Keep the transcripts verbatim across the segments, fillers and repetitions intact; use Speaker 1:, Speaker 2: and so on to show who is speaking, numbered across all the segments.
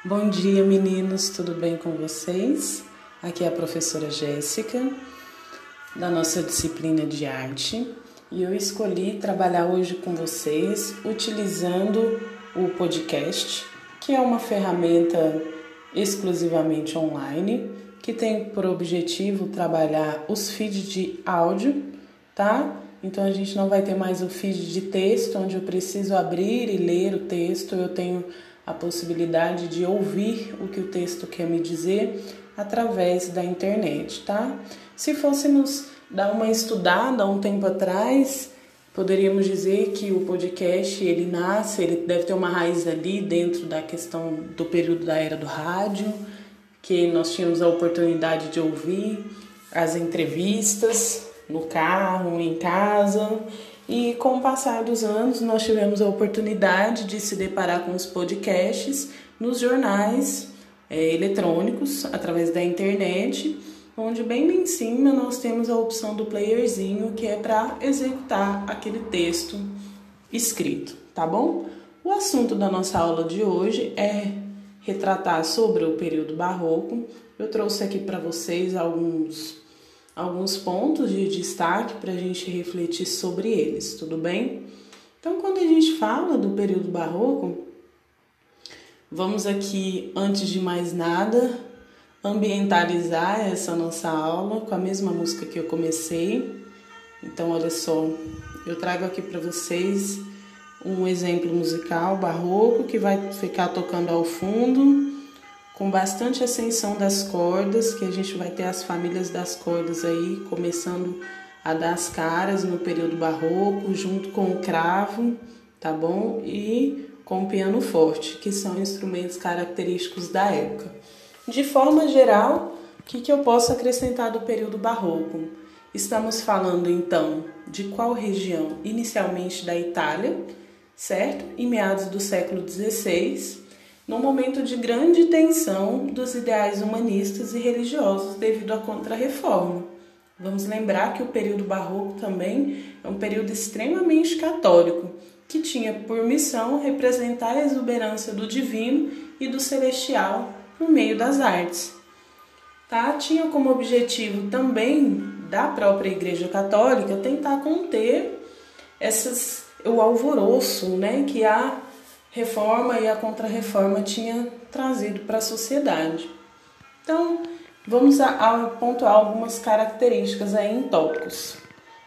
Speaker 1: Bom dia, meninos, tudo bem com vocês? Aqui é a professora Jéssica, da nossa disciplina de arte, e eu escolhi trabalhar hoje com vocês utilizando o podcast, que é uma ferramenta exclusivamente online, que tem por objetivo trabalhar os feeds de áudio, tá? Então a gente não vai ter mais o feed de texto, onde eu preciso abrir e ler o texto, eu tenho a possibilidade de ouvir o que o texto quer me dizer através da internet, tá? Se fôssemos dar uma estudada há um tempo atrás, poderíamos dizer que o podcast, ele nasce, ele deve ter uma raiz ali dentro da questão do período da era do rádio, que nós tínhamos a oportunidade de ouvir as entrevistas no carro, em casa. E com o passar dos anos, nós tivemos a oportunidade de se deparar com os podcasts nos jornais é, eletrônicos, através da internet, onde bem lá em cima nós temos a opção do playerzinho, que é para executar aquele texto escrito, tá bom? O assunto da nossa aula de hoje é retratar sobre o período barroco. Eu trouxe aqui para vocês alguns... alguns pontos de destaque para a gente refletir sobre eles, tudo bem? Então, quando a gente fala do período barroco, vamos aqui, antes de mais nada, ambientalizar essa nossa aula com a mesma música que eu comecei. Então, olha só, eu trago aqui para vocês um exemplo musical barroco que vai ficar tocando ao fundo, com bastante ascensão das cordas, que a gente vai ter as famílias das cordas aí, começando a dar as caras no período barroco, junto com o cravo, tá bom? E com o piano forte, que são instrumentos característicos da época. De forma geral, o que, que eu posso acrescentar do período barroco? Estamos falando, então, de qual região? Inicialmente da Itália, certo? Em meados do século dezesseis, num momento de grande tensão dos ideais humanistas e religiosos devido à Contra-Reforma. Vamos lembrar que o período barroco também é um período extremamente católico, que tinha por missão representar a exuberância do divino e do celestial por meio das artes. Tá? Tinha como objetivo também da própria Igreja Católica tentar conter essas, o alvoroço, né, que a Reforma e a Contra-Reforma tinha trazido para a sociedade. Então, vamos a, a pontuar algumas características aí em tópicos.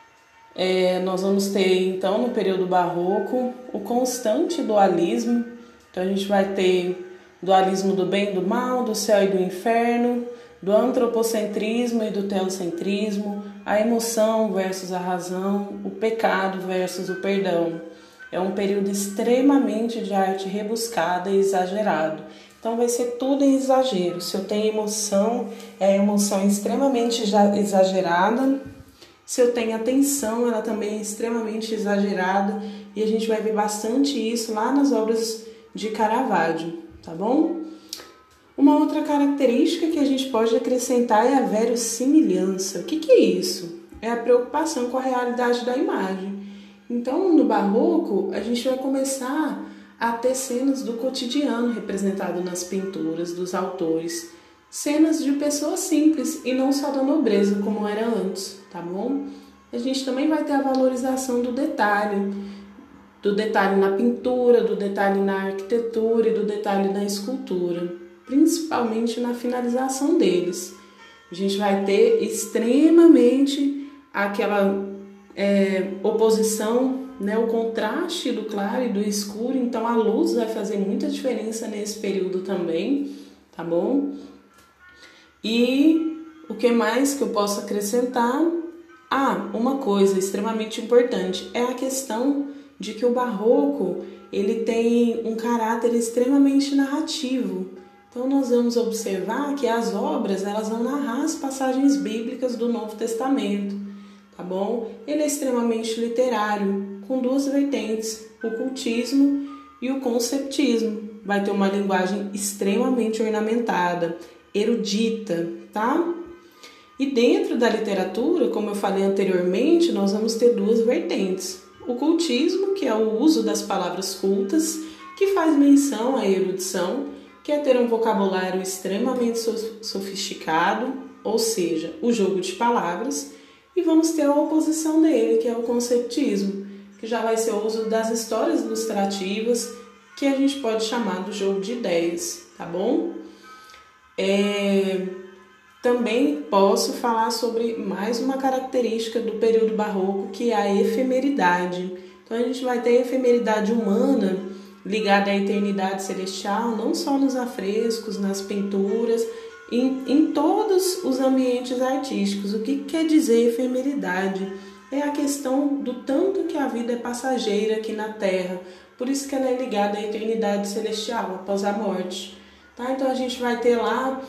Speaker 1: É, nós vamos ter, então, no período barroco, o constante dualismo. Então, a gente vai ter dualismo do bem e do mal, do céu e do inferno, do antropocentrismo e do teocentrismo, a emoção versus a razão, o pecado versus o perdão. É um período extremamente de arte rebuscada e exagerado. Então vai ser tudo em exagero. Se eu tenho emoção, é emoção extremamente exagerada. Se eu tenho atenção, ela também é extremamente exagerada. E a gente vai ver bastante isso lá nas obras de Caravaggio, tá bom? Uma outra característica que a gente pode acrescentar é a verossimilhança. O que, que é isso? É a preocupação com a realidade da imagem. Então, no barroco, a gente vai começar a ter cenas do cotidiano representado nas pinturas dos autores. Cenas de pessoas simples e não só da nobreza, como era antes, tá bom? A gente também vai ter a valorização do detalhe, do detalhe na pintura, do detalhe na arquitetura e do detalhe na escultura, principalmente na finalização deles. A gente vai ter extremamente aquela... É, oposição, né, o contraste do claro e do escuro, então a luz vai fazer muita diferença nesse período também, tá bom? E o que mais que eu posso acrescentar? Ah, uma coisa extremamente importante é a questão de que o barroco, ele tem um caráter extremamente narrativo. Então nós vamos observar que as obras, elas vão narrar as passagens bíblicas do Novo Testamento. Tá bom? Ele é extremamente literário, com duas vertentes, o cultismo e o conceptismo. Vai ter uma linguagem extremamente ornamentada, erudita, tá? E dentro da literatura, como eu falei anteriormente, nós vamos ter duas vertentes. O cultismo, que é o uso das palavras cultas, que faz menção à erudição, que é ter um vocabulário extremamente sofisticado, ou seja, o jogo de palavras, e vamos ter a oposição dele, que é o conceptismo, que já vai ser o uso das histórias ilustrativas, que a gente pode chamar do jogo de ideias, tá bom? É... Também posso falar sobre mais uma característica do período barroco, que é a efemeridade. Então a gente vai ter a efemeridade humana ligada à eternidade celestial, não só nos afrescos, nas pinturas, em, em todos os ambientes artísticos. O que quer dizer efemeridade? É a questão do tanto que a vida é passageira aqui na Terra. Por isso que ela é ligada à eternidade celestial, após a morte. Tá? Então a gente vai ter lá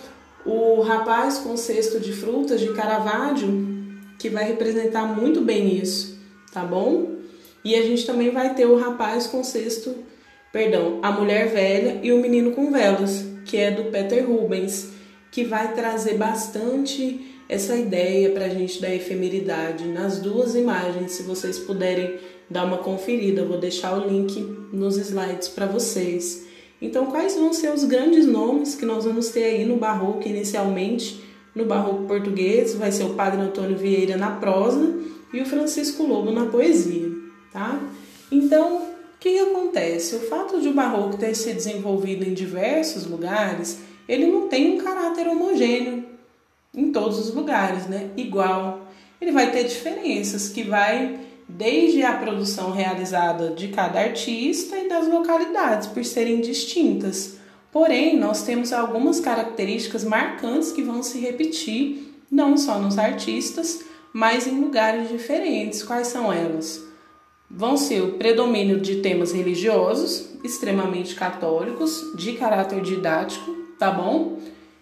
Speaker 1: o rapaz com cesto de frutas de Caravaggio, que vai representar muito bem isso, tá bom? E a gente também vai ter o rapaz com cesto, perdão, a mulher velha e o menino com velas, que é do Peter Rubens, que vai trazer bastante essa ideia pra gente da efemeridade nas duas imagens. Se vocês puderem dar uma conferida, eu vou deixar o link nos slides para vocês. Então, quais vão ser os grandes nomes que nós vamos ter aí no barroco inicialmente? No barroco português vai ser o Padre Antônio Vieira na prosa e o Francisco Lobo na poesia, tá? Então, o que acontece? O fato de o barroco ter se desenvolvido em diversos lugares, ele não tem um caráter homogêneo em todos os lugares, né? Igual. Ele vai ter diferenças que vai desde a produção realizada de cada artista e das localidades, por serem distintas. Porém, nós temos algumas características marcantes que vão se repetir, não só nos artistas, mas em lugares diferentes. Quais são elas? Vão ser o predomínio de temas religiosos, extremamente católicos, de caráter didático, tá bom?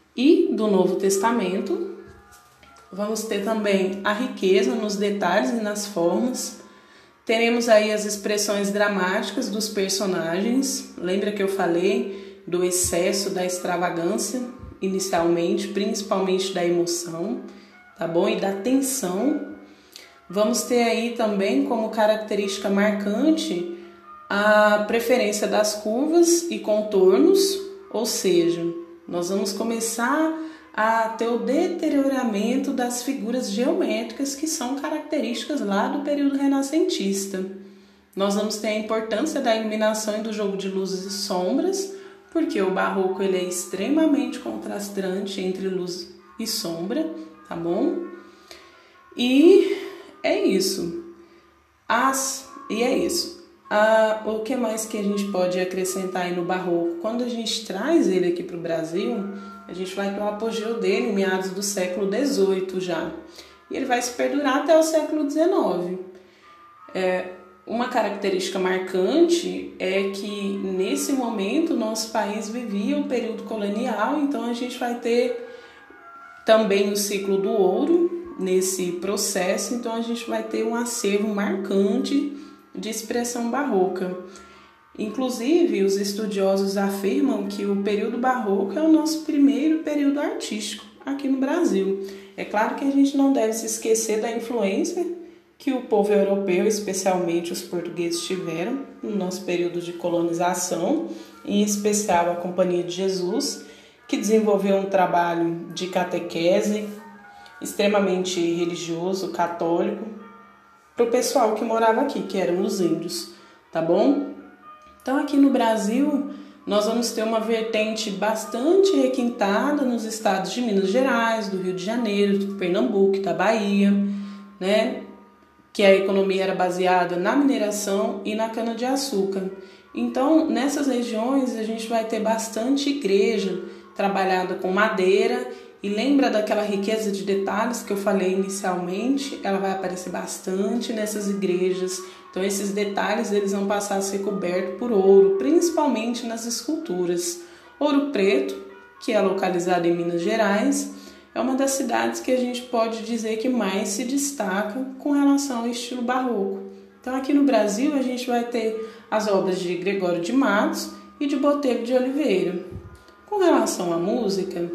Speaker 1: E do Novo Testamento. Vamos ter também a riqueza nos detalhes e nas formas. Teremos aí as expressões dramáticas dos personagens. Lembra que eu falei do excesso da extravagância inicialmente, principalmente da emoção, tá bom? E da tensão. Vamos ter aí também como característica marcante a preferência das curvas e contornos, ou seja, nós vamos começar a ter o deterioramento das figuras geométricas que são características lá do período renascentista. Nós vamos ter a importância da iluminação e do jogo de luzes e sombras, porque o barroco ele é extremamente contrastante entre luz e sombra, tá bom? E é isso. As, e é isso. Ah, o que mais que a gente pode acrescentar aí no barroco? Quando a gente traz ele aqui para o Brasil, a gente vai ter o apogeu dele em meados do século dezoito já. E ele vai se perdurar até o século dezenove. É, uma característica marcante é que nesse momento nosso país vivia o período colonial, então a gente vai ter também o ciclo do ouro nesse processo, então a gente vai ter um acervo marcante de expressão barroca. Inclusive, os estudiosos afirmam que o período barroco é o nosso primeiro período artístico aqui no Brasil. É claro que a gente não deve se esquecer da influência que o povo europeu, especialmente os portugueses, tiveram no nosso período de colonização, em especial a Companhia de Jesus, que desenvolveu um trabalho de catequese extremamente religioso, católico, para o pessoal que morava aqui, que eram os índios, tá bom? Então, aqui no Brasil, nós vamos ter uma vertente bastante requintada nos estados de Minas Gerais, do Rio de Janeiro, do Pernambuco, da Bahia, né? Que a economia era baseada na mineração e na cana-de-açúcar. Então, nessas regiões, a gente vai ter bastante igreja trabalhada com madeira. E lembra daquela riqueza de detalhes que eu falei inicialmente? Ela vai aparecer bastante nessas igrejas. Então, esses detalhes eles vão passar a ser cobertos por ouro, principalmente nas esculturas. Ouro Preto, que é localizado em Minas Gerais, é uma das cidades que a gente pode dizer que mais se destaca com relação ao estilo barroco. Então, aqui no Brasil, a gente vai ter as obras de Gregório de Matos e de Botelho de Oliveira. Com relação à música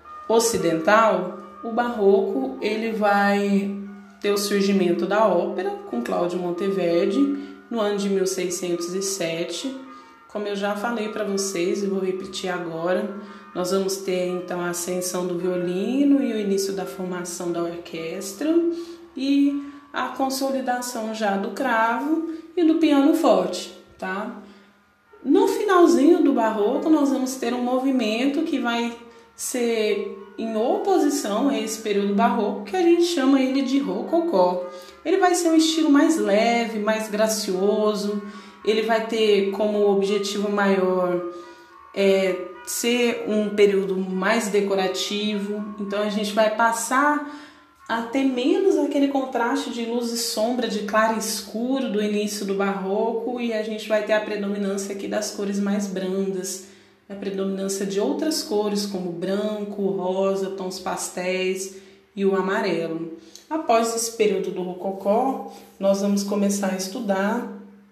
Speaker 1: ocidental, o barroco ele vai ter o surgimento da ópera com Cláudio Monteverdi no ano de mil seiscentos e sete, Como eu já falei para vocês e vou repetir agora, nós vamos ter então a ascensão do violino e o início da formação da orquestra e a consolidação já do cravo e do piano forte, tá? No finalzinho do barroco, nós vamos ter um movimento que vai ser em oposição a esse período barroco, que a gente chama ele de rococó. Ele vai ser um estilo mais leve, mais gracioso, ele vai ter como objetivo maior é, ser um período mais decorativo, então a gente vai passar a ter menos aquele contraste de luz e sombra, de claro e escuro do início do barroco, e a gente vai ter a predominância aqui das cores mais brandas, a predominância de outras cores como branco, rosa, tons pastéis e o amarelo. Após esse período do rococó, nós vamos começar a estudar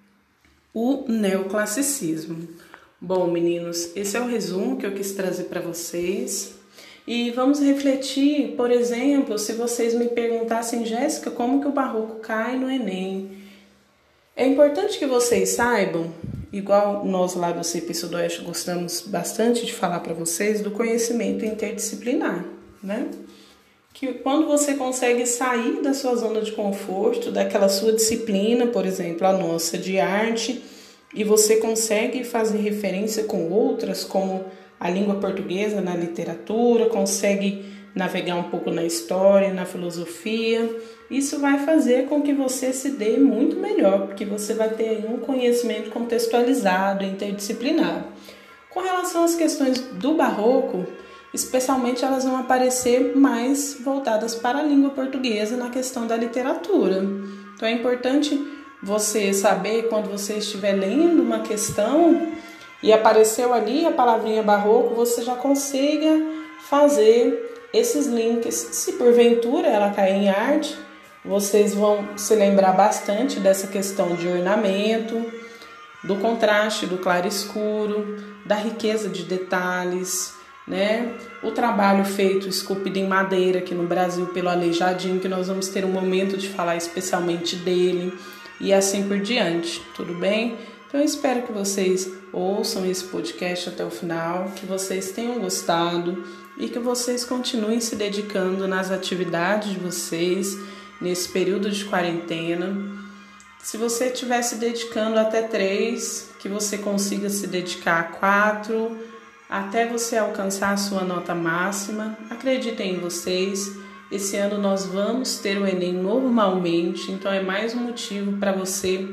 Speaker 1: o neoclassicismo. Bom, meninos, esse é o resumo que eu quis trazer para vocês. E vamos refletir, por exemplo, se vocês me perguntassem, Jéssica, como que o barroco cai no Enem? É importante que vocês saibam, igual nós lá do C P Sudoeste gostamos bastante de falar para vocês, do conhecimento interdisciplinar, né? Que quando você consegue sair da sua zona de conforto, daquela sua disciplina, por exemplo, a nossa de arte, e você consegue fazer referência com outras, como a língua portuguesa na literatura, consegue navegar um pouco na história, na filosofia. Isso vai fazer com que você se dê muito melhor, porque você vai ter um conhecimento contextualizado, interdisciplinar. Com relação às questões do barroco, especialmente elas vão aparecer mais voltadas para a língua portuguesa na questão da literatura. Então é importante você saber, quando você estiver lendo uma questão e apareceu ali a palavrinha barroco, você já consiga fazer esses links. Se porventura ela cair em arte, vocês vão se lembrar bastante dessa questão de ornamento, do contraste do claro e escuro, da riqueza de detalhes, né? O trabalho feito esculpido em madeira aqui no Brasil pelo Aleijadinho, que nós vamos ter um momento de falar especialmente dele, e assim por diante, tudo bem? Então eu espero que vocês ouçam esse podcast até o final, que vocês tenham gostado e que vocês continuem se dedicando nas atividades de vocês nesse período de quarentena. Se você estiver se dedicando até três, que você consiga se dedicar a quatro, até você alcançar a sua nota máxima. Acreditem em vocês. Esse ano nós vamos ter o Enem normalmente, então é mais um motivo para você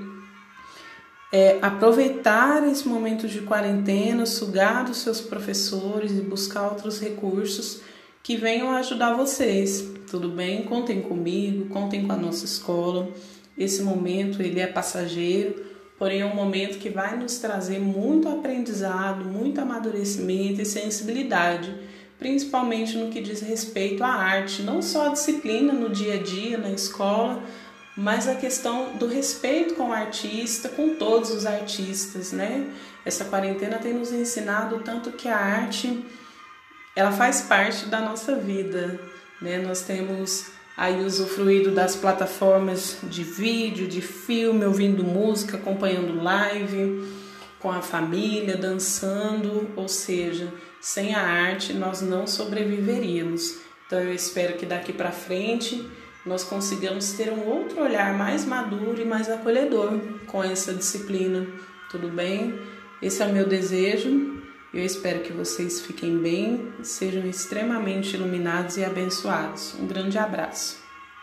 Speaker 1: é, aproveitar esse momento de quarentena, sugar dos seus professores e buscar outros recursos que venham ajudar vocês, tudo bem? Contem comigo, contem com a nossa escola. Esse momento ele é passageiro, porém é um momento que vai nos trazer muito aprendizado, muito amadurecimento e sensibilidade, principalmente no que diz respeito à arte, não só a disciplina no dia a dia, na escola, mas a questão do respeito com o artista, com todos os artistas, né? Essa quarentena tem nos ensinado tanto que a arte, ela faz parte da nossa vida, né? Nós temos aí usufruído das plataformas de vídeo, de filme, ouvindo música, acompanhando live, com a família, dançando, ou seja, sem a arte nós não sobreviveríamos. Então eu espero que daqui para frente nós consigamos ter um outro olhar mais maduro e mais acolhedor com essa disciplina, tudo bem? Esse é o meu desejo. Eu espero que vocês fiquem bem, sejam extremamente iluminados e abençoados. Um grande abraço.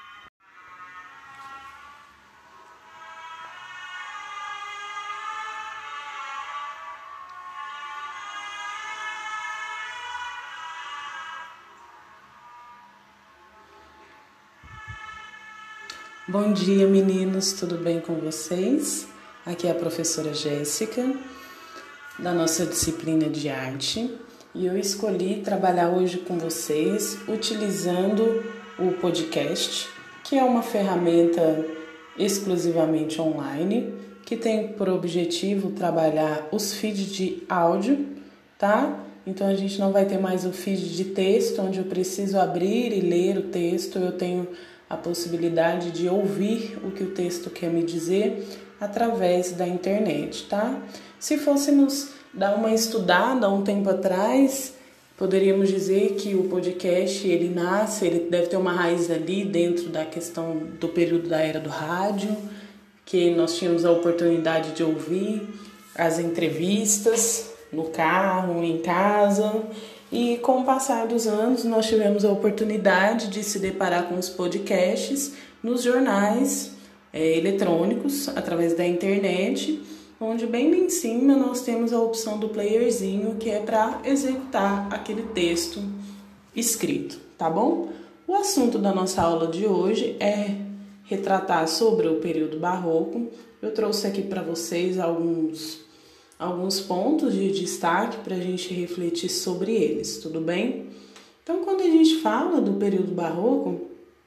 Speaker 1: Bom dia, meninos, tudo bem com vocês? Aqui é a professora Jéssica, da nossa disciplina de arte, e eu escolhi trabalhar hoje com vocês utilizando o podcast, que é uma ferramenta exclusivamente online, que tem por objetivo trabalhar os feeds de áudio, tá? Então a gente não vai ter mais o feed de texto, onde eu preciso abrir e ler o texto, eu tenho a possibilidade de ouvir o que o texto quer me dizer, através da internet, tá? Se fôssemos dar uma estudada há um tempo atrás, poderíamos dizer que o podcast, ele nasce, ele deve ter uma raiz ali dentro da questão do período da era do rádio, que nós tínhamos a oportunidade de ouvir as entrevistas no carro, em casa, e com o passar dos anos nós tivemos a oportunidade de se deparar com os podcasts nos jornais é, eletrônicos, através da internet, onde bem lá em cima nós temos a opção do playerzinho, que é para executar aquele texto escrito, tá bom? O assunto da nossa aula de hoje é retratar sobre o período barroco. Eu trouxe aqui para vocês alguns, alguns pontos de destaque para a gente refletir sobre eles, tudo bem? Então, quando a gente fala do período barroco,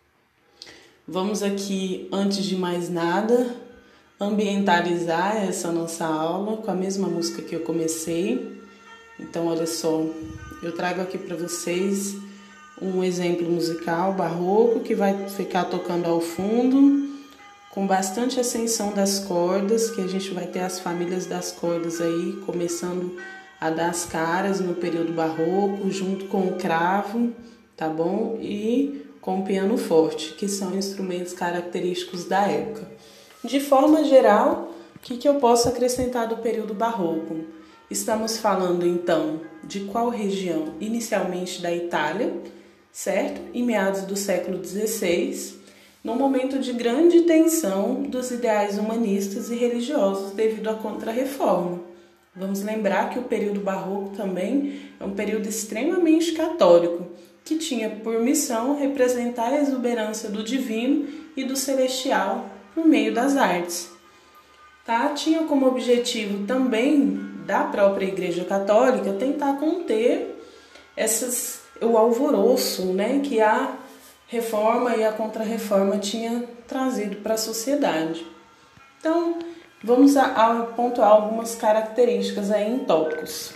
Speaker 1: vamos aqui, antes de mais nada, ambientalizar essa nossa aula com a mesma música que eu comecei. Então, olha só, eu trago aqui para vocês um exemplo musical barroco que vai ficar tocando ao fundo, com bastante ascensão das cordas, que a gente vai ter as famílias das cordas aí começando a dar as caras no período barroco, junto com o cravo, tá bom? E com o piano forte, que são instrumentos característicos da época. De forma geral, o que, que eu posso acrescentar do período barroco? Estamos falando, então, de qual região? Inicialmente da Itália, certo? Em meados do século dezesseis, num momento de grande tensão dos ideais humanistas e religiosos devido à Contra-Reforma. Vamos lembrar que o período barroco também é um período extremamente católico, que tinha por missão representar a exuberância do divino e do celestial por meio das artes. Tá? Tinha como objetivo também da própria Igreja Católica tentar conter essas, o alvoroço, né, que a reforma e a Contra-Reforma tinha trazido para a sociedade. Então, vamos a, a pontuar algumas características aí em tópicos.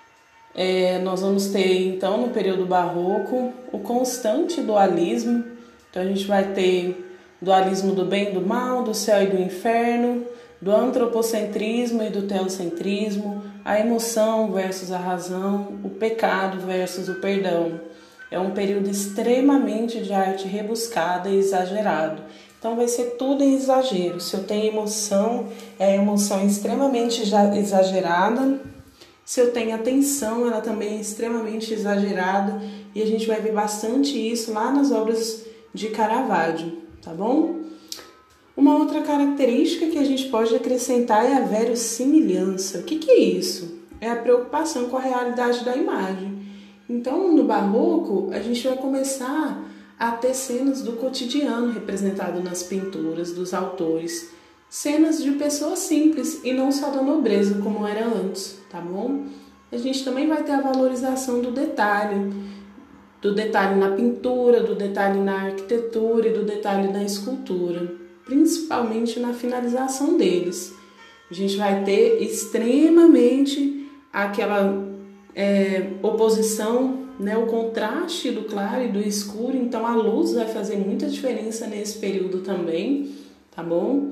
Speaker 1: É, nós vamos ter, então, no período barroco, o constante dualismo. Então, a gente vai ter dualismo do bem e do mal, do céu e do inferno, do antropocentrismo e do teocentrismo, a emoção versus a razão, o pecado versus o perdão. É um período extremamente de arte rebuscada e exagerado. Então vai ser tudo em exagero. Se eu tenho emoção, é emoção extremamente exagerada. Se eu tenho atenção, ela também é extremamente exagerada. E a gente vai ver bastante isso lá nas obras de Caravaggio. Tá bom? Uma outra característica que a gente pode acrescentar é a verossimilhança. O que, que é isso? É a preocupação com a realidade da imagem. Então, no barroco, a gente vai começar a ter cenas do cotidiano representado nas pinturas dos autores. Cenas de pessoas simples e não só da nobreza, como era antes, tá bom? A gente também vai ter a valorização do detalhe. Do detalhe na pintura, do detalhe na arquitetura e do detalhe na escultura, principalmente na finalização deles. A gente vai ter extremamente aquela é, oposição, né, o contraste do claro e do escuro, então a luz vai fazer muita diferença nesse período também, tá bom?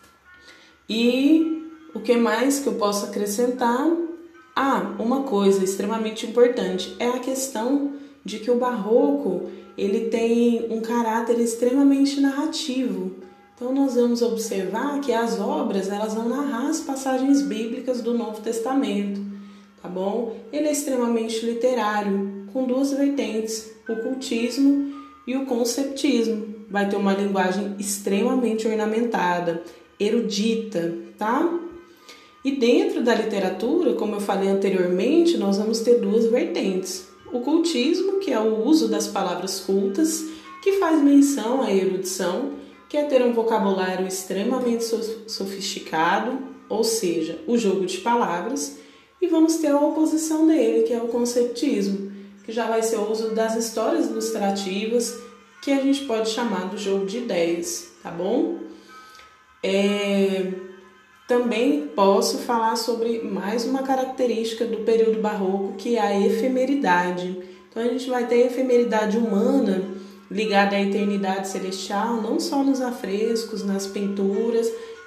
Speaker 1: E o que mais que eu posso acrescentar? Ah, uma coisa extremamente importante é a questão de que o barroco ele tem um caráter extremamente narrativo. Então nós vamos observar que as obras elas vão narrar as passagens bíblicas do Novo Testamento, tá bom? Ele é extremamente literário, com duas vertentes, o cultismo e o conceptismo. Vai ter uma linguagem extremamente ornamentada, erudita, tá? E dentro da literatura, como eu falei anteriormente, nós vamos ter duas vertentes. O cultismo, que é o uso das palavras cultas, que faz menção à erudição, que é ter um vocabulário extremamente sofisticado, ou seja, o jogo de palavras, e vamos ter a oposição dele, que é o conceptismo, que já vai ser o uso das histórias ilustrativas, que a gente pode chamar do jogo de ideias, tá bom? É... Também posso falar sobre mais uma característica do período barroco, que é a efemeridade. Então a gente vai ter a efemeridade humana ligada à eternidade celestial, não só nos afrescos, nas pinturas,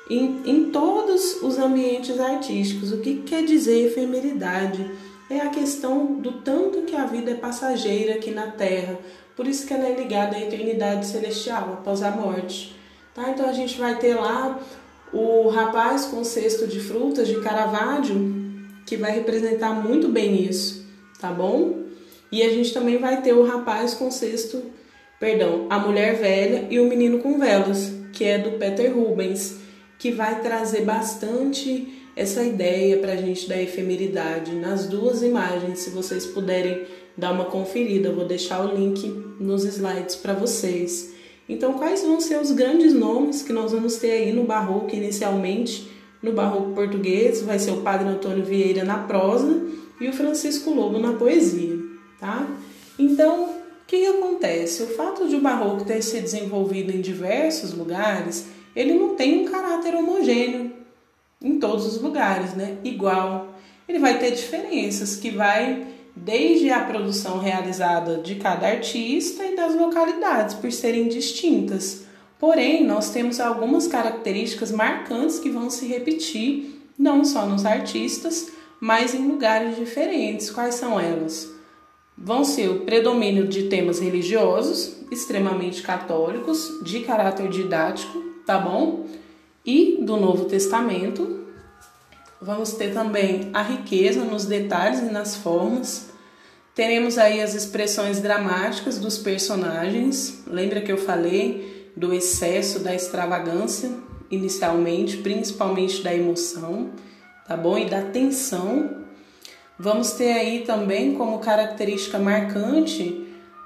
Speaker 1: em, em todos os ambientes artísticos. O que quer dizer efemeridade? É a questão do tanto que a vida é passageira aqui na Terra, por isso que ela é ligada à eternidade celestial, após a morte. Tá? Então a gente vai ter lá o rapaz com cesto de frutas de Caravaggio, que vai representar muito bem isso, tá bom? E a gente também vai ter o rapaz com cesto, perdão, a mulher velha e o menino com velas, que é do Peter Rubens, que vai trazer bastante essa ideia para a gente da efemeridade nas duas imagens. Se vocês puderem dar uma conferida, eu vou deixar o link nos slides para vocês. Então, quais vão ser os grandes nomes que nós vamos ter aí no barroco inicialmente? No barroco português vai ser o Padre Antônio Vieira na prosa e o Francisco Lobo na poesia, tá? Então, o que acontece? O fato de o barroco ter se desenvolvido em diversos lugares, ele não tem um caráter homogêneo em todos os lugares, né? Igual. Ele vai ter diferenças que vai desde a produção realizada de cada artista e das localidades, por serem distintas. Porém, nós temos algumas características marcantes que vão se repetir, não só nos artistas, mas em lugares diferentes. Quais são elas? Vão ser o predomínio de temas religiosos, extremamente católicos, de caráter didático, tá bom? E do Novo Testamento. Vamos ter também a riqueza nos detalhes e nas formas. Teremos aí as expressões dramáticas dos personagens. Lembra que eu falei do excesso, da extravagância, inicialmente, principalmente da emoção, tá bom? E da tensão. Vamos ter aí também como característica marcante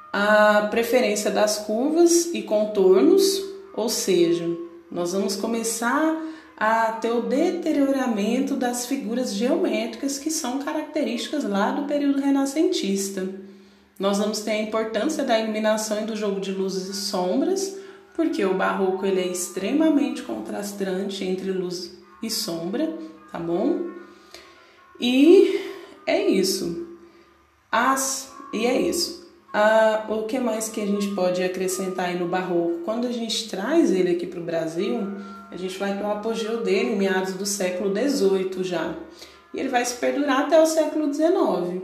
Speaker 1: a preferência das curvas e contornos, ou seja, nós vamos começar a ter o deterioramento das figuras geométricas que são características lá do período renascentista. Nós vamos ter a importância da iluminação e do jogo de luzes e sombras, porque o barroco ele é extremamente contrastante entre luz e sombra, tá bom? E é isso. As, e é isso. Ah, o que mais que a gente pode acrescentar aí no barroco? Quando a gente traz ele aqui para o Brasil, a gente vai ter o apogeu dele em meados do século dezoito já. E ele vai se perdurar até o século dezenove.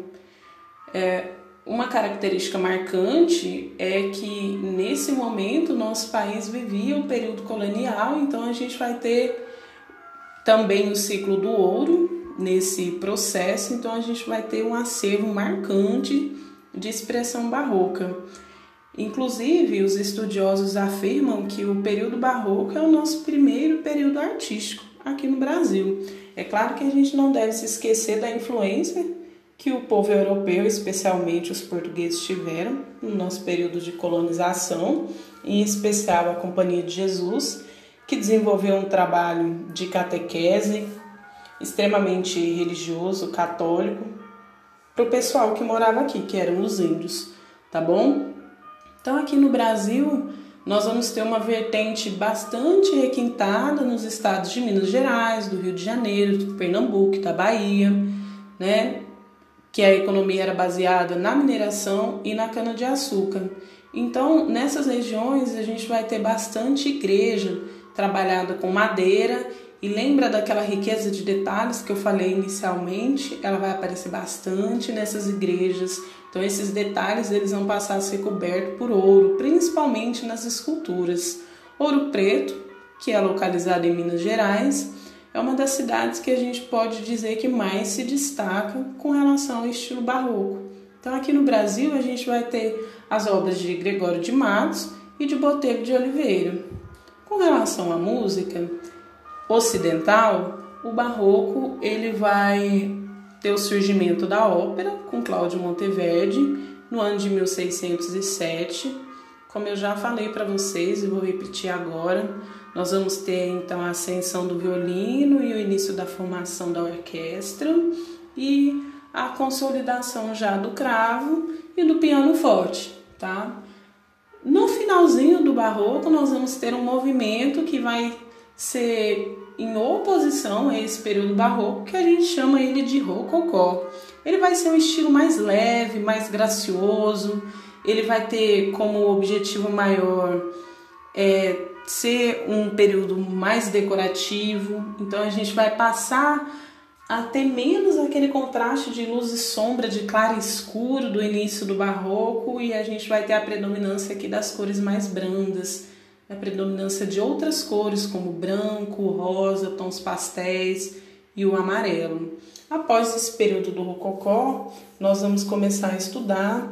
Speaker 1: É, uma característica marcante é que nesse momento nosso país vivia o período colonial, então a gente vai ter também o ciclo do ouro nesse processo, então a gente vai ter um acervo marcante de expressão barroca. Inclusive, os estudiosos afirmam que o período barroco é o nosso primeiro período artístico aqui no Brasil. É claro que a gente não deve se esquecer da influência que o povo europeu, especialmente os portugueses, tiveram no nosso período de colonização, em especial a Companhia de Jesus, que desenvolveu um trabalho de catequese extremamente religioso, católico, para o pessoal que morava aqui, que eram os índios, tá bom? Então aqui no Brasil nós vamos ter uma vertente bastante requintada nos estados de Minas Gerais, do Rio de Janeiro, do Pernambuco, da Bahia, né? Que a economia era baseada na mineração e na cana-de-açúcar. Então nessas regiões a gente vai ter bastante igreja trabalhada com madeira. E lembra daquela riqueza de detalhes que eu falei inicialmente? Ela vai aparecer bastante nessas igrejas. Então esses detalhes eles vão passar a ser cobertos por ouro, principalmente nas esculturas. Ouro Preto, que é localizado em Minas Gerais, é uma das cidades que a gente pode dizer que mais se destaca com relação ao estilo barroco. Então aqui no Brasil a gente vai ter as obras de Gregório de Matos e de Botelho de Oliveira. Com relação à música ocidental, o barroco ele vai ter o surgimento da ópera com Cláudio Monteverdi no ano de mil seiscentos e sete. Como eu já falei para vocês e vou repetir agora, nós vamos ter então a ascensão do violino e o início da formação da orquestra e a consolidação já do cravo e do piano forte, tá? No finalzinho do barroco nós vamos ter um movimento que vai ser em oposição a esse período barroco, que a gente chama ele de rococó. Ele vai ser um estilo mais leve, mais gracioso, ele vai ter como objetivo maior é, ser um período mais decorativo. Então a gente vai passar a ter menos aquele contraste de luz e sombra, de claro e escuro do início do barroco, e a gente vai ter a predominância aqui das cores mais brandas, a predominância de outras cores como branco, rosa, tons pastéis e o amarelo. Após esse período do rococó, nós vamos começar a estudar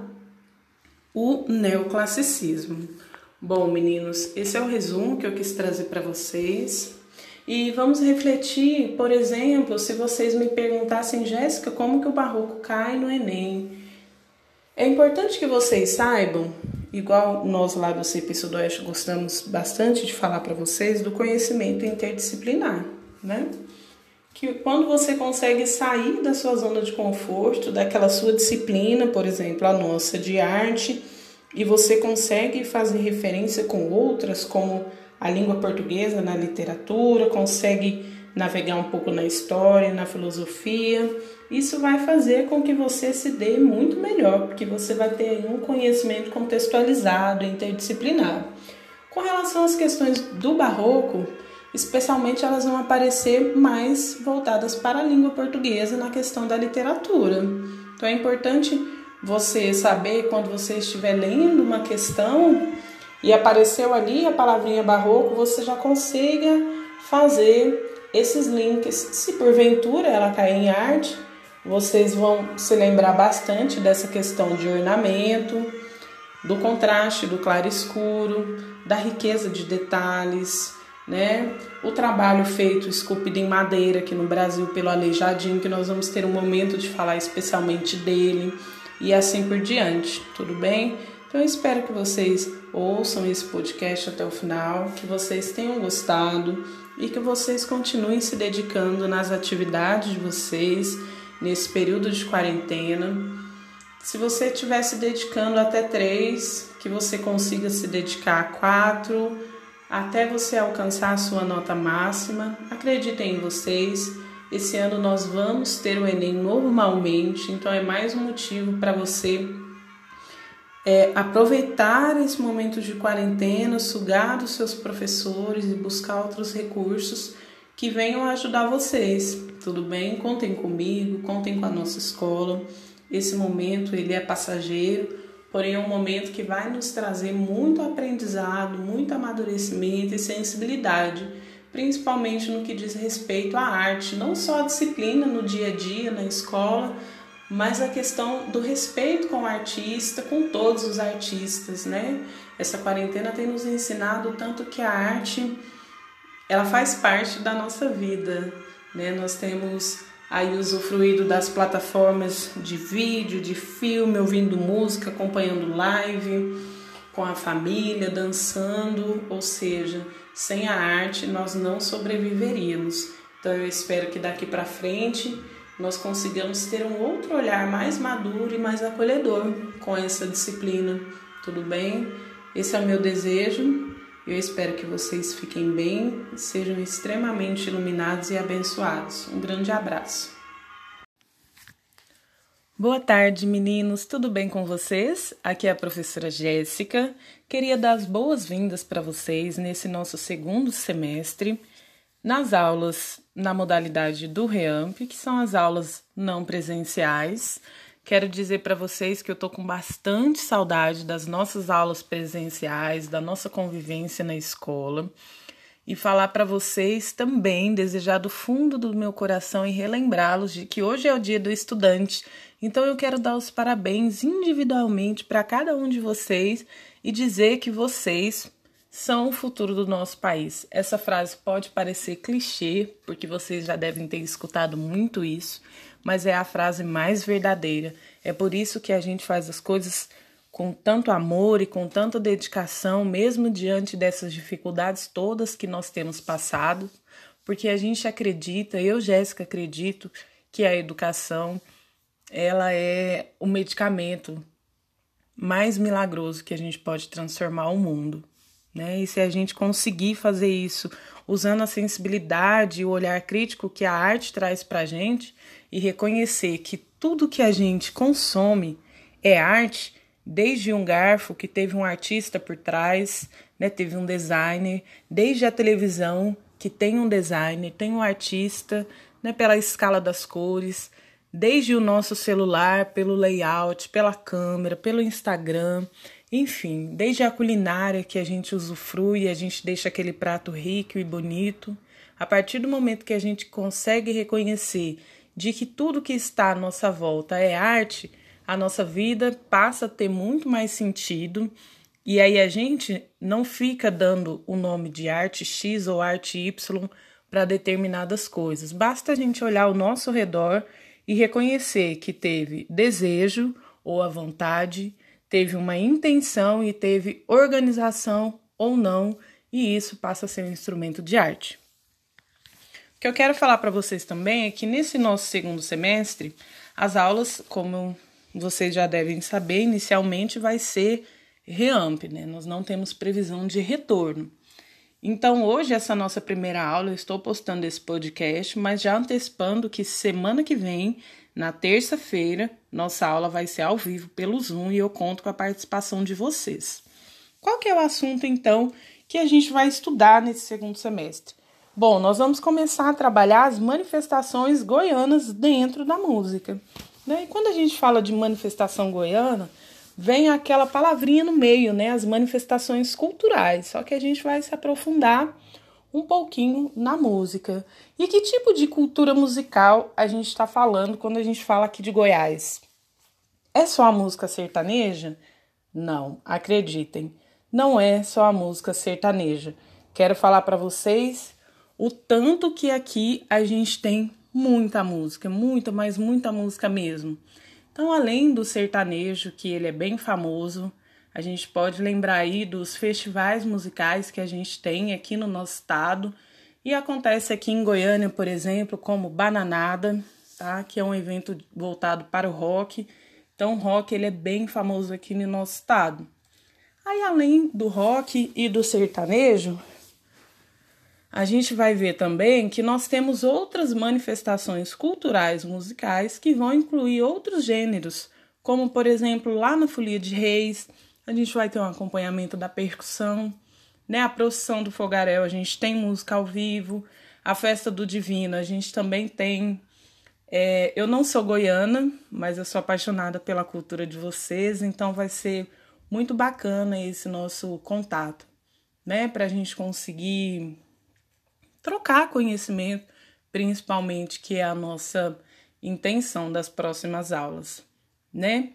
Speaker 1: o neoclassicismo. Bom, meninos, esse é o resumo que eu quis trazer para vocês. E vamos refletir, por exemplo, se vocês me perguntassem, Jéssica, como que o barroco cai no Enem? É importante que vocês saibam, igual nós lá do C P Sudoeste gostamos bastante de falar para vocês, do conhecimento interdisciplinar, né? Que quando você consegue sair da sua zona de conforto, daquela sua disciplina, por exemplo, a nossa de arte, e você consegue fazer referência com outras, como a língua portuguesa na literatura, consegue navegar um pouco na história, na filosofia. Isso vai fazer com que você se dê muito melhor, porque você vai ter um conhecimento contextualizado, interdisciplinar. Com relação às questões do barroco, especialmente elas vão aparecer mais voltadas para a língua portuguesa na questão da literatura. Então é importante você saber, quando você estiver lendo uma questão e apareceu ali a palavrinha barroco, você já consiga fazer esses links. Se porventura ela cair em arte, vocês vão se lembrar bastante dessa questão de ornamento, do contraste, do claro escuro, da riqueza de detalhes, né? O trabalho feito esculpido em madeira aqui no Brasil pelo Aleijadinho, que nós vamos ter um momento de falar especialmente dele, e assim por diante, tudo bem? Então eu espero que vocês ouçam esse podcast até o final, que vocês tenham gostado e que vocês continuem se dedicando nas atividades de vocês nesse período de quarentena. Se você estiver se dedicando até três, que você consiga se dedicar a quatro, até você alcançar a sua nota máxima. Acreditem em vocês. Esse ano nós vamos ter o Enem normalmente, então é mais um motivo para você é, aproveitar esse momento de quarentena, sugar dos seus professores e buscar outros recursos que venham ajudar vocês, tudo bem? Contem comigo, contem com a nossa escola. Esse momento ele é passageiro, porém é um momento que vai nos trazer muito aprendizado, muito amadurecimento e sensibilidade, principalmente no que diz respeito à arte, não só a disciplina no dia a dia, na escola, mas a questão do respeito com o artista, com todos os artistas, né? Essa quarentena tem nos ensinado tanto que a arte, ela faz parte da nossa vida, né? Nós temos aí usufruído das plataformas de vídeo, de filme, ouvindo música, acompanhando live, com a família, dançando, ou seja, sem a arte nós não sobreviveríamos. Então eu espero que daqui para frente nós consigamos ter um outro olhar mais maduro e mais acolhedor com essa disciplina, tudo bem? Esse é o meu desejo. Eu espero que vocês fiquem bem e sejam extremamente iluminados e abençoados. Um grande abraço. Boa tarde, meninos. Tudo bem com vocês? Aqui é a professora Jéssica. Queria dar as boas-vindas para vocês nesse nosso segundo semestre, nas aulas na modalidade do REAMP, que são as aulas não presenciais. Quero dizer para vocês que eu estou com bastante saudade das nossas aulas presenciais, da nossa convivência na escola. E falar para vocês também, desejar do fundo do meu coração e relembrá-los de que hoje é o dia do estudante. Então eu quero dar os parabéns individualmente para cada um de vocês e dizer que vocês são o futuro do nosso país. Essa frase pode parecer clichê, porque vocês já devem ter escutado muito isso, mas é a frase mais verdadeira. É por isso que a gente faz as coisas com tanto amor e com tanta dedicação, mesmo diante dessas dificuldades todas que nós temos passado, porque a gente acredita, eu, Jéssica, acredito que a educação, ela é o medicamento mais milagroso que a gente pode transformar o mundo, né? E se a gente conseguir fazer isso usando a sensibilidade e o olhar crítico que a arte traz para a gente e reconhecer que tudo que a gente consome é arte, desde um garfo que teve um artista por trás, né, teve um designer, desde a televisão que tem um designer, tem um artista, né, pela escala das cores, desde o nosso celular, pelo layout, pela câmera, pelo Instagram, enfim, desde a culinária que a gente usufrui, a gente deixa aquele prato rico e bonito. A partir do momento que a gente consegue reconhecer de que tudo que está à nossa volta é arte, a nossa vida passa a ter muito mais sentido. E aí a gente não fica dando o nome de arte X ou arte Y para determinadas coisas. Basta a gente olhar ao nosso redor e reconhecer que teve desejo ou a vontade, teve uma intenção e teve organização ou não, e isso passa a ser um instrumento de arte. O que eu quero falar para vocês também é que nesse nosso segundo semestre, as aulas, como vocês já devem saber, inicialmente vai ser reamp, né? Nós não temos previsão de retorno. Então, hoje, essa nossa primeira aula, eu estou postando esse podcast, mas já antecipando que semana que vem, na terça-feira, nossa aula vai ser ao vivo pelo Zoom e eu conto com a participação de vocês. Qual que é o assunto, então, que a gente vai estudar nesse segundo semestre? Bom, nós vamos começar a trabalhar as manifestações goianas dentro da música, né? E quando a gente fala de manifestação goiana, vem aquela palavrinha no meio, né? As manifestações culturais. Só que a gente vai se aprofundar um pouquinho na música. E que tipo de cultura musical a gente está falando quando a gente fala aqui de Goiás? É só a música sertaneja? Não, acreditem, não é só a música sertaneja. Quero falar para vocês o tanto que aqui a gente tem muita música, muita, mas muita música mesmo. Então, além do sertanejo, que ele é bem famoso, a gente pode lembrar aí dos festivais musicais que a gente tem aqui no nosso estado. E acontece aqui em Goiânia, por exemplo, como Bananada, tá? Que é um evento voltado para o rock. Então, o rock ele é bem famoso aqui no nosso estado. Aí, além do rock e do sertanejo, a gente vai ver também que nós temos outras manifestações culturais musicais que vão incluir outros gêneros, como, por exemplo, lá na Folia de Reis, a gente vai ter um acompanhamento da percussão, né? A procissão do fogaréu, a gente tem música ao vivo, a festa do Divino, a gente também tem. É, eu não sou goiana, mas eu sou apaixonada pela cultura de vocês, então vai ser muito bacana esse nosso contato, né? Para a gente conseguir trocar conhecimento, principalmente, que é a nossa intenção das próximas aulas, né?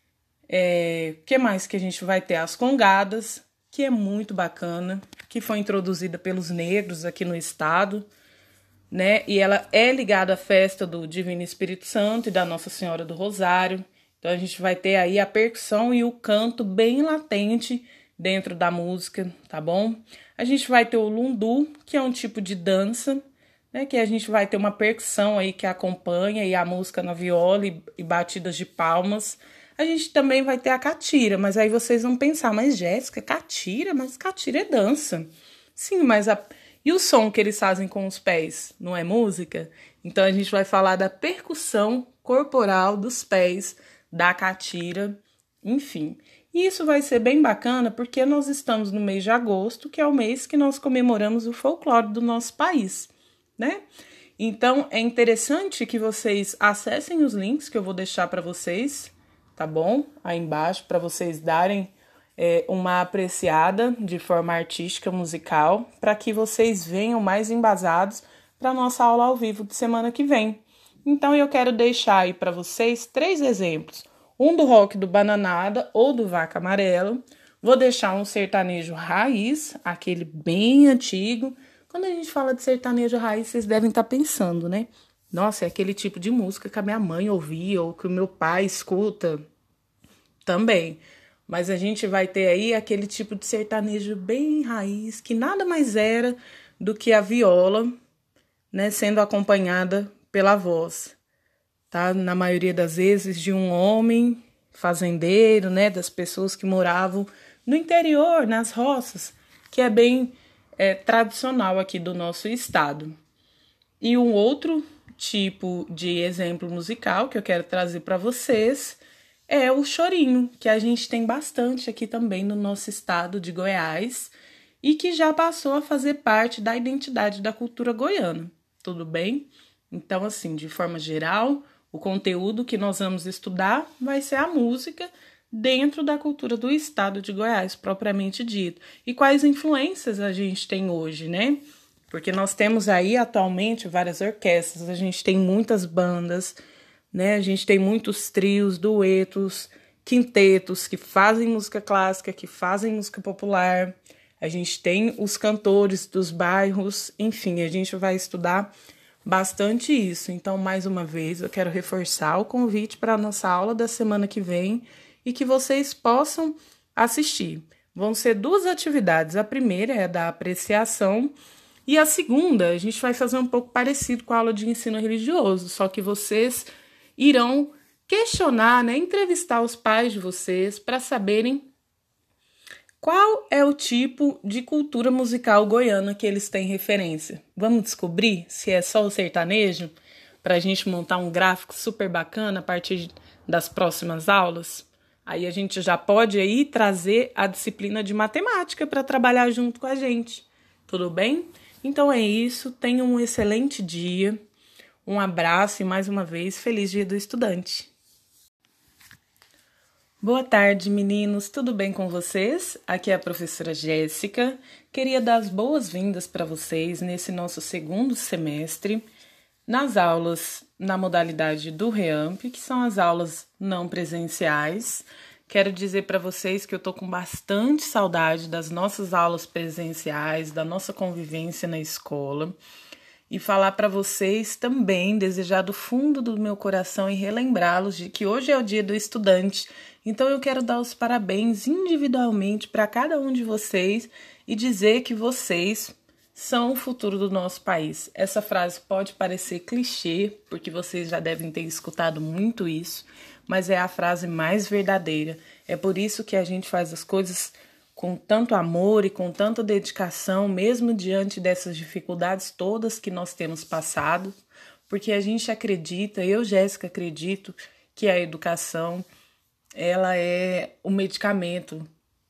Speaker 1: É, que mais que a gente vai ter? As congadas, que é muito bacana, que foi introduzida pelos negros aqui no estado, né? E ela é ligada à festa do Divino Espírito Santo e da Nossa Senhora do Rosário. Então a gente vai ter aí a percussão e o canto bem latente dentro da música, tá bom? A gente vai ter o lundu, que é um tipo de dança, né? Que a gente vai ter uma percussão aí que acompanha e a música na viola e, e batidas de palmas. A gente também vai ter a catira, mas aí vocês vão pensar, mas Jéssica, catira? Mas catira é dança. Sim, mas a... e o som que eles fazem com os pés, não é música? Então a gente vai falar da percussão corporal dos pés, da catira, enfim. E isso vai ser bem bacana porque nós estamos no mês de agosto, que é o mês que nós comemoramos o folclore do nosso país, né? Então, é interessante que vocês acessem os links que eu vou deixar para vocês, tá bom? Aí embaixo, para vocês darem é, uma apreciada de forma artística, musical, para que vocês venham mais embasados para a nossa aula ao vivo de semana que vem. Então, eu quero deixar aí para vocês três exemplos. Um do rock do Bananada ou do Vaca Amarelo. Vou deixar um sertanejo raiz, aquele bem antigo. Quando a gente fala de sertanejo raiz, vocês devem estar pensando, né? Nossa, é aquele tipo de música que a minha mãe ouvia ou que o meu pai escuta também. Mas a gente vai ter aí aquele tipo de sertanejo bem raiz, que nada mais era do que a viola, né, sendo acompanhada pela voz. Tá? Na maioria das vezes de um homem fazendeiro, né, das pessoas que moravam no interior, nas roças, que é bem é, tradicional aqui do nosso estado. E um outro tipo de exemplo musical que eu quero trazer para vocês é o chorinho, que a gente tem bastante aqui também no nosso estado de Goiás e que já passou a fazer parte da identidade da cultura goiana, tudo bem? Então, assim, de forma geral, o conteúdo que nós vamos estudar vai ser a música dentro da cultura do estado de Goiás, propriamente dito. E quais influências a gente tem hoje, né? Porque nós temos aí atualmente várias orquestras, a gente tem muitas bandas, né? A gente tem muitos trios, duetos, quintetos que fazem música clássica, que fazem música popular. A gente tem os cantores dos bairros, enfim, a gente vai estudar bastante isso. Então, mais uma vez, eu quero reforçar o convite para a nossa aula da semana que vem e que vocês possam assistir. Vão ser duas atividades. A primeira é a da apreciação e a segunda, a gente vai fazer um pouco parecido com a aula de ensino religioso, só que vocês irão questionar, né, entrevistar os pais de vocês para saberem qual é o tipo de cultura musical goiana que eles têm referência. Vamos descobrir se é só o sertanejo, para a gente montar um gráfico super bacana a partir das próximas aulas? Aí a gente já pode aí trazer a disciplina de matemática para trabalhar junto com a gente. Tudo bem? Então é isso, tenham um excelente dia, um abraço e mais uma vez, feliz Dia do Estudante. Boa tarde, meninos, tudo bem com vocês? Aqui é a professora Jéssica. Queria dar as boas-vindas para vocês nesse nosso segundo semestre, nas aulas na modalidade do REAMP, que são as aulas não presenciais. Quero dizer para vocês que eu estou com bastante saudade das nossas aulas presenciais, da nossa convivência na escola. E falar para vocês também, desejar do fundo do meu coração e relembrá-los de que hoje é o Dia do Estudante. Então eu quero dar os parabéns individualmente para cada um de vocês e dizer que vocês são o futuro do nosso país. Essa frase pode parecer clichê, porque vocês já devem ter escutado muito isso, mas é a frase mais verdadeira. É por isso que a gente faz as coisas com tanto amor e com tanta dedicação, mesmo diante dessas dificuldades todas que nós temos passado, porque a gente acredita, eu, Jéssica, acredito que a educação, ela é o medicamento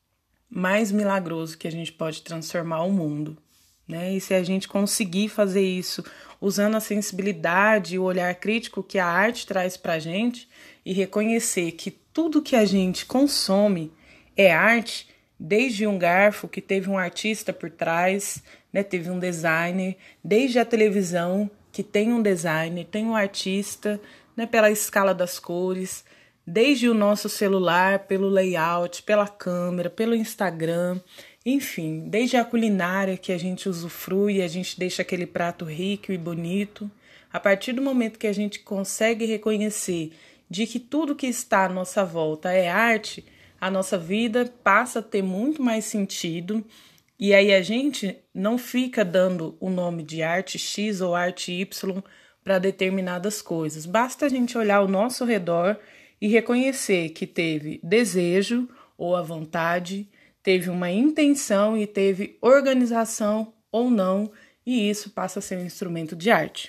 Speaker 1: mais milagroso que a gente pode transformar o mundo, né? E se a gente conseguir fazer isso usando a sensibilidade e o olhar crítico que a arte traz para a gente e reconhecer que tudo que a gente consome é arte, desde um garfo que teve um artista por trás, né, teve um designer, desde a televisão que tem um designer, tem um artista, né, pela escala das cores, desde o nosso celular, pelo layout, pela câmera, pelo Instagram, enfim, desde a culinária que a gente usufrui, a gente deixa aquele prato rico e bonito. A partir do momento que a gente consegue reconhecer de que tudo que está à nossa volta é arte, a nossa vida passa a ter muito mais sentido e aí a gente não fica dando o nome de arte X ou arte Y para determinadas coisas. Basta a gente olhar ao nosso redor e reconhecer que teve desejo ou a vontade, teve uma intenção e teve organização ou não, e isso passa a ser um instrumento de arte.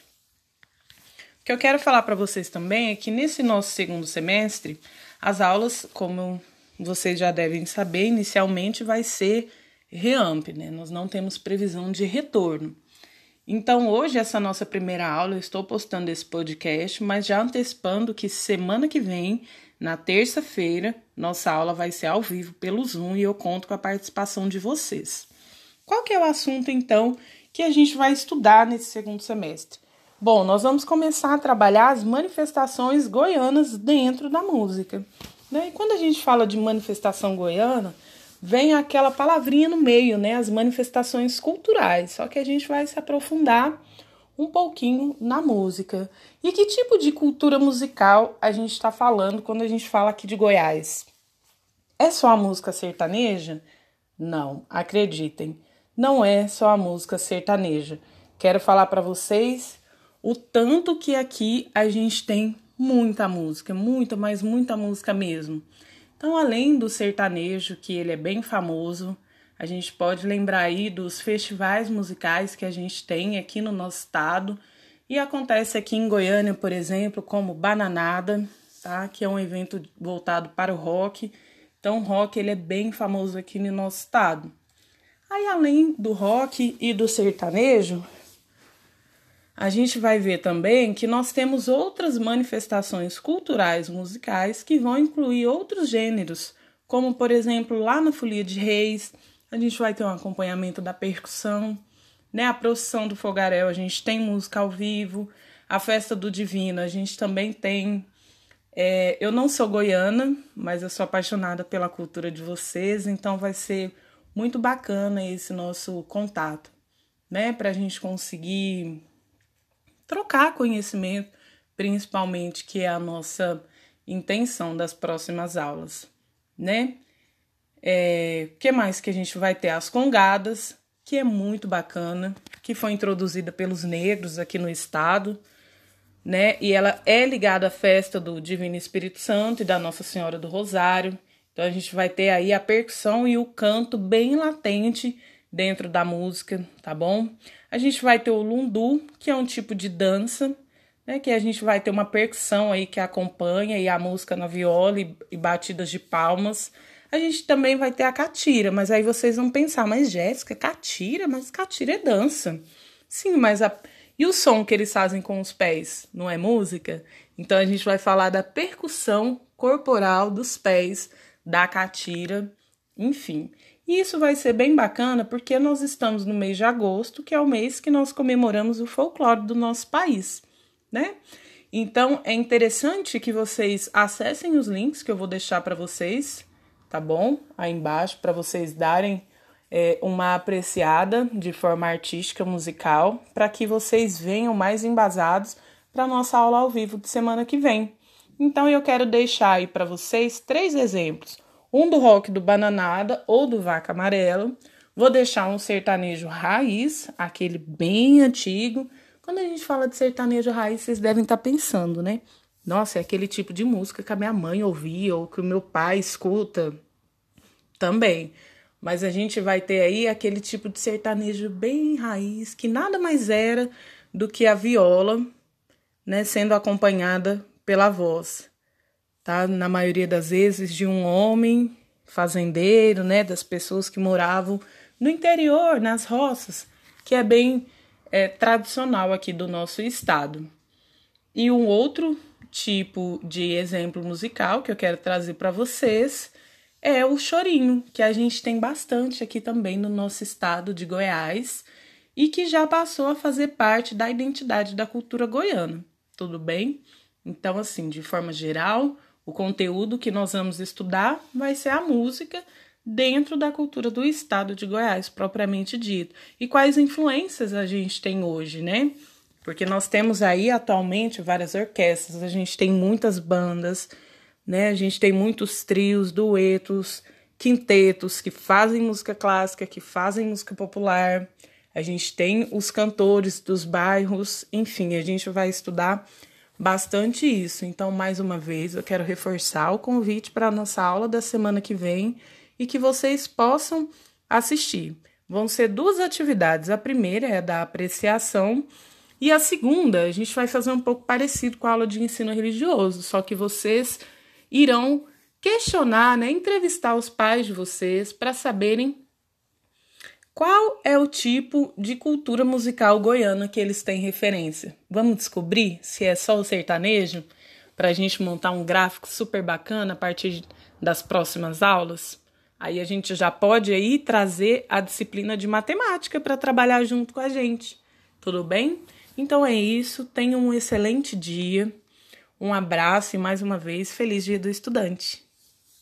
Speaker 1: O que eu quero falar para vocês também é que nesse nosso segundo semestre, as aulas, como vocês já devem saber, inicialmente vai ser REAMP, né? Nós não temos previsão de retorno. Então, hoje, essa nossa primeira aula, eu estou postando esse podcast, mas já antecipando que semana que vem, na terça-feira, nossa aula vai ser ao vivo pelo Zoom e eu conto com a participação de vocês. Qual que é o assunto, então, que a gente vai estudar nesse segundo semestre? Bom, nós vamos começar a trabalhar as manifestações goianas dentro da música, né? E quando a gente fala de manifestação goiana, vem aquela palavrinha no meio, né? As manifestações culturais, só que a gente vai se aprofundar um pouquinho na música. E que tipo de cultura musical a gente está falando quando a gente fala aqui de Goiás? É só a música sertaneja? Não, acreditem, não é só a música sertaneja. Quero falar para vocês o tanto que aqui a gente tem muita música, muita, mas muita música mesmo. Então, além do sertanejo, que ele é bem famoso, a gente pode lembrar aí dos festivais musicais que a gente tem aqui no nosso estado. E acontece aqui em Goiânia, por exemplo, como Bananada, tá? Que é um evento voltado para o rock. Então, o rock ele é bem famoso aqui no nosso estado. Aí, além do rock e do sertanejo, a gente vai ver também que nós temos outras manifestações culturais musicais que vão incluir outros gêneros, como, por exemplo, lá na Folia de Reis, a gente vai ter um acompanhamento da percussão, né? A procissão do fogaréu, a gente tem música ao vivo, a festa do Divino, a gente também tem. É, eu não sou goiana, mas eu sou apaixonada pela cultura de vocês, então vai ser muito bacana esse nosso contato, né? Para a gente conseguir trocar conhecimento, principalmente, que é a nossa intenção das próximas aulas, né? É, que mais que a gente vai ter? As congadas, que é muito bacana, que foi introduzida pelos negros aqui no estado, né? E ela é ligada à festa do Divino Espírito Santo e da Nossa Senhora do Rosário. Então a gente vai ter aí a percussão e o canto bem latente dentro da música, tá bom? A gente vai ter o lundu, que é um tipo de dança, né? Que a gente vai ter uma percussão aí que acompanha e a música na viola e, e batidas de palmas. A gente também vai ter a catira, mas aí vocês vão pensar, mas Jéssica, catira? Mas catira é dança. Sim, mas a... e o som que eles fazem com os pés, não é música? Então a gente vai falar da percussão corporal dos pés, da catira, enfim. E isso vai ser bem bacana porque nós estamos no mês de agosto, que é o mês que nós comemoramos o folclore do nosso país, né? Então é interessante que vocês acessem os links que eu vou deixar para vocês, tá bom? Aí embaixo, para vocês darem é, uma apreciada de forma artística, musical, para que vocês venham mais embasados para a nossa aula ao vivo de semana que vem. Então, eu quero deixar aí para vocês três exemplos. Um do rock do Bananada ou do Vaca Amarela. Vou deixar um sertanejo raiz, aquele bem antigo. Quando a gente fala de sertanejo raiz, vocês devem estar pensando, né? Nossa, é aquele tipo de música que a minha mãe ouvia ou que o meu pai escuta também. Mas a gente vai ter aí aquele tipo de sertanejo bem raiz, que nada mais era do que a viola, né, sendo acompanhada pela voz, tá? Na maioria das vezes de um homem fazendeiro, né, das pessoas que moravam no interior, nas roças, que é bem é, tradicional aqui do nosso estado. E um outro tipo de exemplo musical que eu quero trazer para vocês é o chorinho, que a gente tem bastante aqui também no nosso estado de Goiás e que já passou a fazer parte da identidade da cultura goiana, tudo bem? Então, assim, de forma geral, o conteúdo que nós vamos estudar vai ser a música dentro da cultura do estado de Goiás, propriamente dito. E quais influências a gente tem hoje, né? Porque nós temos aí atualmente várias orquestras, a gente tem muitas bandas, né? A gente tem muitos trios, duetos, quintetos que fazem música clássica, que fazem música popular. A gente tem os cantores dos bairros, enfim, a gente vai estudar bastante isso. Então, mais uma vez, eu quero reforçar o convite para a nossa aula da semana que vem e que vocês possam assistir. Vão ser duas atividades. A primeira é a da apreciação e a segunda a gente vai fazer um pouco parecido com a aula de ensino religioso, só que vocês irão questionar, né, entrevistar os pais de vocês para saberem qual é o tipo de cultura musical goiana que eles têm referência. Vamos descobrir se é só o sertanejo para a gente montar um gráfico super bacana a partir das próximas aulas? Aí a gente já pode aí trazer a disciplina de matemática para trabalhar junto com a gente. Tudo bem? Então é isso. Tenham um excelente dia. Um abraço e mais uma vez, feliz Dia do Estudante.